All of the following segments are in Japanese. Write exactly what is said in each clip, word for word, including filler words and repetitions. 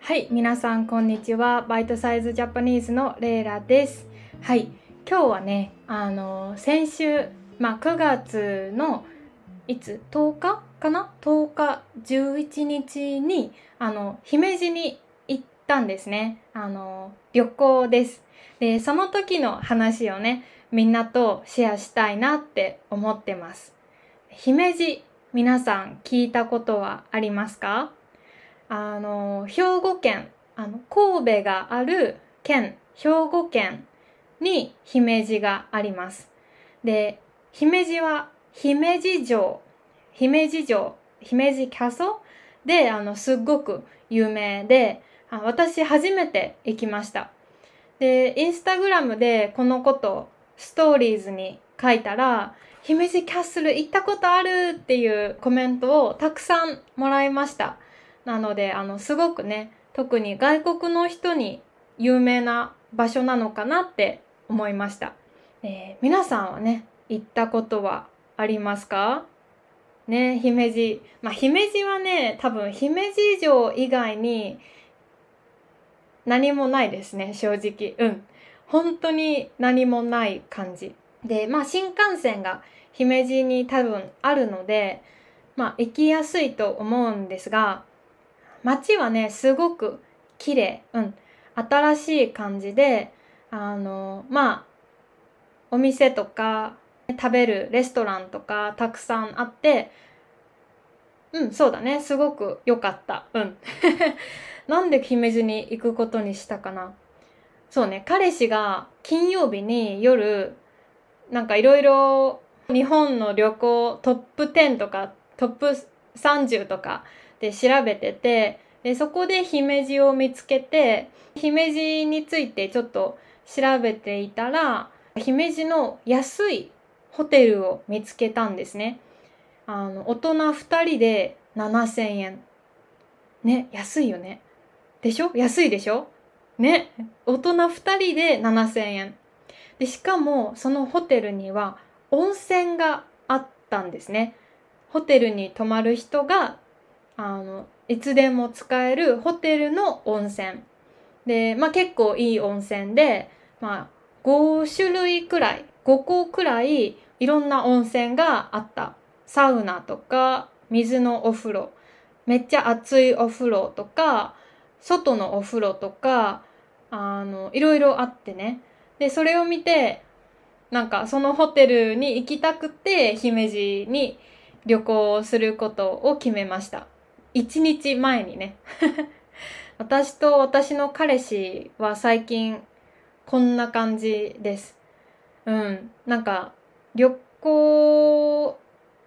はい、皆さんこんにちは。バイトサイズジャパニーズのレイラです。はい、今日はね、あの先週、まあ、くがつのいつとおかかなとおかじゅういちにちにあの姫路に行ったんですね。あの旅行です。で、その時の話をね、みんなとシェアしたいなって思ってます。姫路、皆さん聞いたことはありますか？あの兵庫県、あの神戸がある県、兵庫県に姫路があります。で、姫路は姫路城、姫路城、姫路キャソで、あのすっごく有名で、あ私初めて行きました。で、インスタグラムでこのことストーリーズに書いたら、姫路キャッスル行ったことあるっていうコメントをたくさんもらいました。なので、あの、すごくね、特に外国の人に有名な場所なのかなって思いました。えー皆さんはね、行ったことはありますか？ね、姫路。まあ、姫路はね、多分姫路城以外に何もないですね、正直。うん。本当に何もない感じ。で、まあ新幹線が姫路に多分あるので、まあ行きやすいと思うんですが、街はね、すごく綺麗。うん。新しい感じで、あの、まあ、お店とか、食べるレストランとかたくさんあって、うん、そうだね。すごく良かった。うん。なんで姫路に行くことにしたかな。そうね、彼氏が金曜日に夜、なんかいろいろ日本の旅行トップじゅうとかトップさんじゅうとかで調べてて、でそこで姫路を見つけて、姫路についてちょっと調べていたら、姫路の安いホテルを見つけたんですね。あの、大人ふたりでななせんえん。ね、安いよね。でしょ？安いでしょ？ね。大人ふたりでななせんえん。で、しかもそのホテルには温泉があったんですね。ホテルに泊まる人が、あの、いつでも使えるホテルの温泉。で、まあ結構いい温泉で、まあごしゅるいくらい、ごこくらいいろんな温泉があった。サウナとか、水のお風呂、めっちゃ熱いお風呂とか、外のお風呂とか、あの、いろいろあってね。で、それを見て、なんかそのホテルに行きたくて、姫路に旅行することを決めました。一日前にね。私と私の彼氏は最近こんな感じです。うん。なんか旅行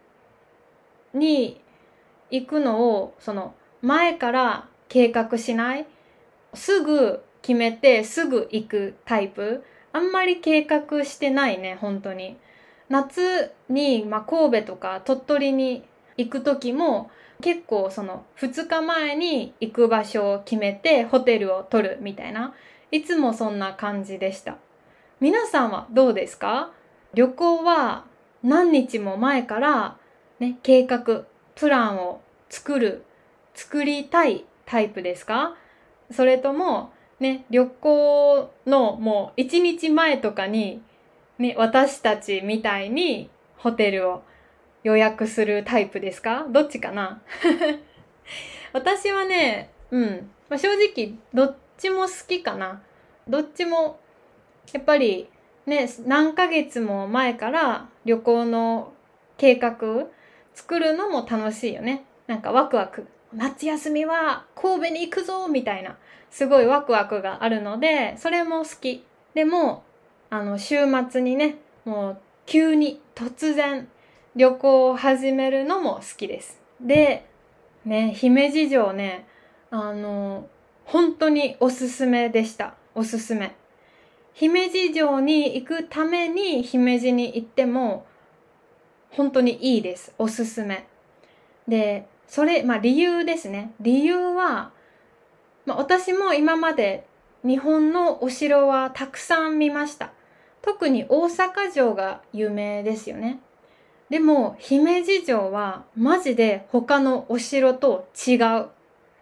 に行くのをその前から計画しない。すぐ決めてすぐ行くタイプ。あんまり計画してないね、本当に。夏に、まあ、神戸とか鳥取に行く時も結構そのふつかまえに行く場所を決めてホテルを取るみたいな。いつもそんな感じでした。皆さんはどうですか？旅行は何日も前からね、計画、プランを作る、作りたいタイプですか？それとも、ね、旅行のもう一日前とかに、ね、私たちみたいにホテルを予約するタイプですか？どっちかな？私はね、うん、まあ、正直どっちも好きかな。どっちもやっぱりね、何ヶ月も前から旅行の計画作るのも楽しいよね。なんかワクワク。夏休みは神戸に行くぞみたいな、すごいワクワクがあるので、それも好き。でも、あの、週末にね、もう急に突然旅行を始めるのも好きです。で、ね、姫路城ね、あの、本当におすすめでした。おすすめ。姫路城に行くために姫路に行っても本当にいいです。おすすめ。で、それ、まあ理由ですね。理由は、まあ、私も今まで日本のお城はたくさん見ました。特に大阪城が有名ですよね。でも姫路城はマジで他のお城と違う。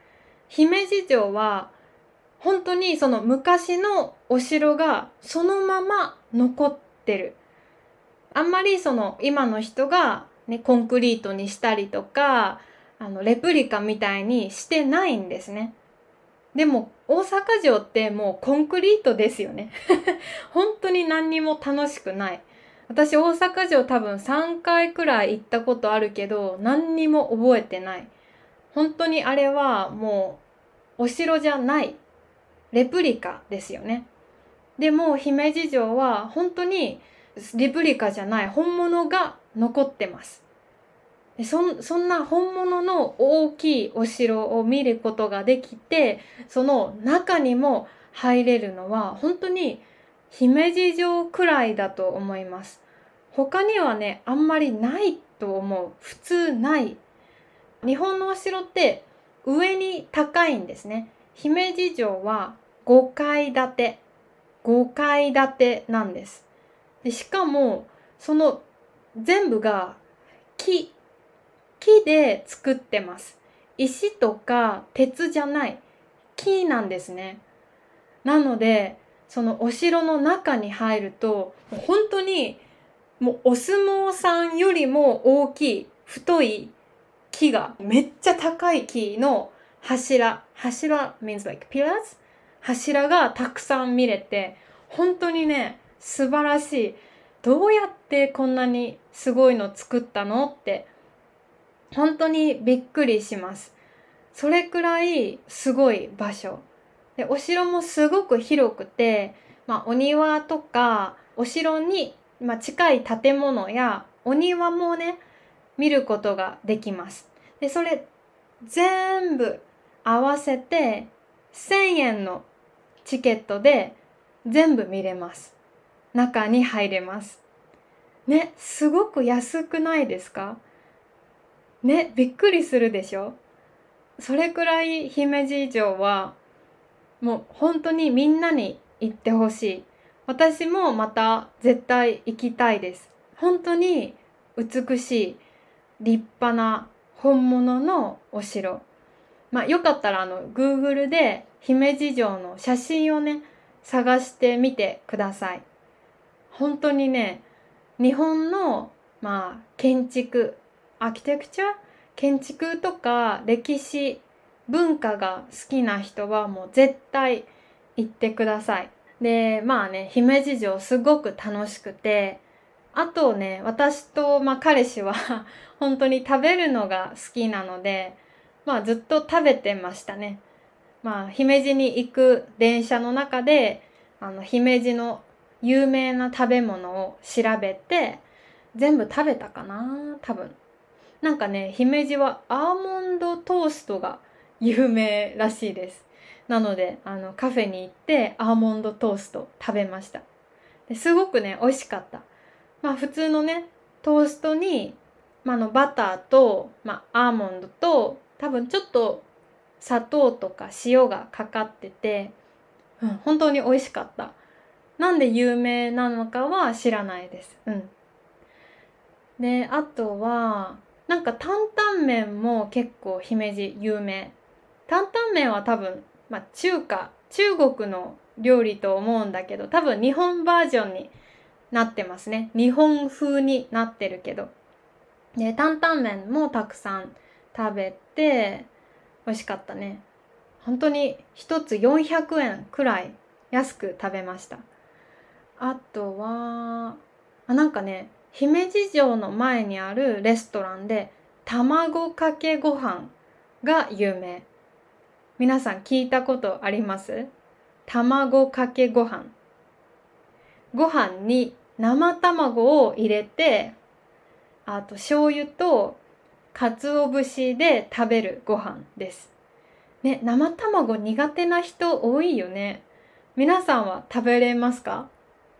姫路城は本当にその昔のお城がそのまま残ってる。あんまりその今の人がね、コンクリートにしたりとか、あのレプリカみたいにしてないんですね。でも大阪城ってもうコンクリートですよね。本当に何にも楽しくない。私大阪城多分さんかいくらい行ったことあるけど何にも覚えてない。本当にあれはもうお城じゃない。レプリカですよね。でも姫路城は本当にレプリカじゃない本物が残ってます。でそそんな本物の大きいお城を見ることができて、その中にも入れるのは本当に姫路城くらいだと思います。他にはね、あんまりないと思う。普通ない。日本のお城って上に高いんですね。姫路城はごかい建て。ごかい建てなんです。でしかも、その全部が木。木で作ってます。石とか鉄じゃない。木なんですね。なので、そのお城の中に入ると、本当にもうお相撲さんよりも大きい、太い木が、めっちゃ高い木の柱。柱 means like pillars? 柱がたくさん見れて、本当にね、素晴らしい。どうやってこんなにすごいの作ったのって本当にびっくりします。それくらいすごい場所。で、お城もすごく広くて、まあ、お庭とか、お城に、まあ、近い建物やお庭もね、見ることができます。で、それ全部合わせてせんえんのチケットで全部見れます。中に入れます。ね、すごく安くないですか？ね、びっくりするでしょ？それくらい姫路城はもう本当にみんなに行ってほしい。私もまた絶対行きたいです。本当に美しい立派な本物のお城。まあよかったらあの Google で姫路城の写真をね探してみてください。本当にね、日本のまあ建築アーキテクチャ建築とか歴史文化が好きな人はもう絶対行ってください。でまあね、姫路城すごく楽しくて、あとね、私と、まあ、彼氏は本当に食べるのが好きなので、まあずっと食べてましたね。まあ姫路に行く電車の中であの姫路の有名な食べ物を調べて全部食べたかな、多分。なんかね、姫路はアーモンドトーストが有名らしいです。なので、あの、カフェに行ってアーモンドトースト食べました。ですごくね、美味しかった。まあ普通のね、トーストに、まあ、あのバターと、まあ、アーモンドと、多分ちょっと砂糖とか塩がかかってて、うん、本当に美味しかった。なんで有名なのかは知らないです。うん。で、あとは、なんか担々麺も結構姫路有名。担々麺は多分、まあ中華、中国の料理と思うんだけど、多分日本バージョンになってますね。日本風になってるけど。で、担々麺もたくさん食べて、美味しかったね。本当に一つよんひゃくえんくらい安く食べました。あとは、あ、なんかね、姫路城の前にあるレストランで卵かけご飯が有名。皆さん聞いたことあります？卵かけご飯。ご飯に生卵を入れて、あと醤油と鰹節で食べるご飯です。ね、生卵苦手な人多いよね。皆さんは食べれますか？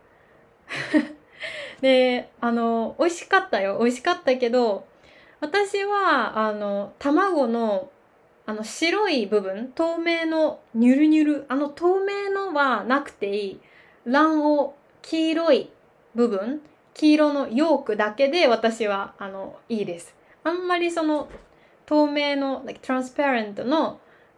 で、あの、美味しかったよ。美味しかったけど、私は、あの、卵の、あの、白い部分、透明の、ニュルニュル、あの、透明のはなくていい。卵黄、黄色い部分、黄色のヨークだけで私は、あの、いいです。あんまりその、透明の、like transparent の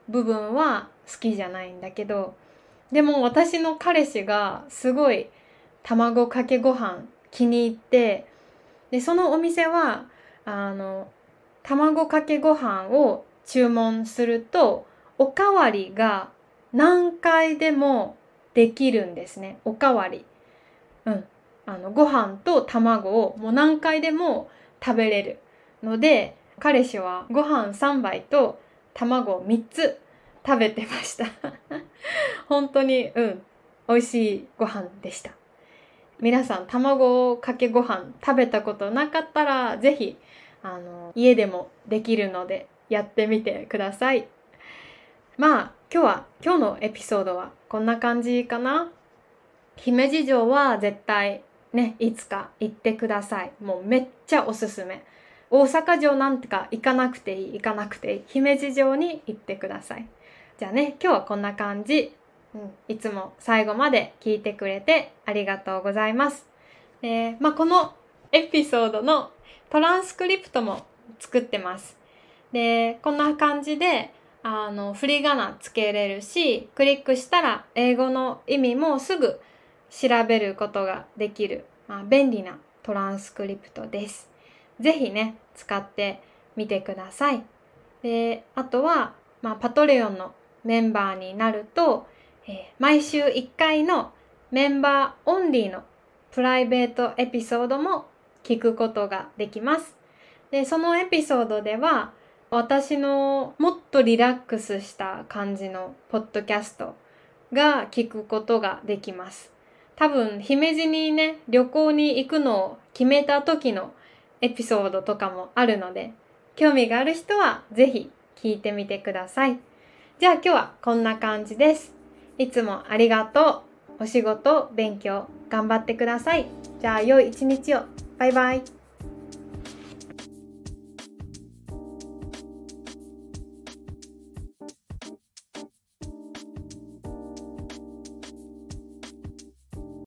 部分は好きじゃないんだけど、でも私の彼氏がすごい卵かけご飯気に入って、でそのお店はあの卵かけご飯を注文するとおかわりが何回でもできるんですね。おかわり。うん。あのご飯と卵をもう何回でも食べれるので、彼氏はご飯さんばいと卵をみっつ食べてました本当にうん美味しいご飯でした。皆さん卵かけご飯食べたことなかったらぜひあの家でもできるのでやってみてください。まあ今日は今日のエピソードはこんな感じかな。姫路城は絶対ねいつか行ってください。もうめっちゃおすすめ。大阪城なんてか行かなくていい行かなくていい姫路城に行ってください。じゃあね今日はこんな感じ。うん、いつも最後まで聞いてくれてありがとうございます。で、まあ、このエピソードのトランスクリプトも作ってます。で、こんな感じであの振り仮名つけれるし、クリックしたら英語の意味もすぐ調べることができる、まあ、便利なトランスクリプトです。ぜひね使ってみてください。で、あとは、まあ、パトレオンのメンバーになるとえー、毎週いっかいのメンバーオンリーのプライベートエピソードも聞くことができます。で、そのエピソードでは私のもっとリラックスした感じのポッドキャストが聞くことができます。多分姫路にね旅行に行くのを決めた時のエピソードとかもあるので、興味がある人はぜひ聞いてみてください。じゃあ今日はこんな感じです。いつもありがとう。お仕事、勉強、頑張ってください。じゃあ良い一日を。バイバイ。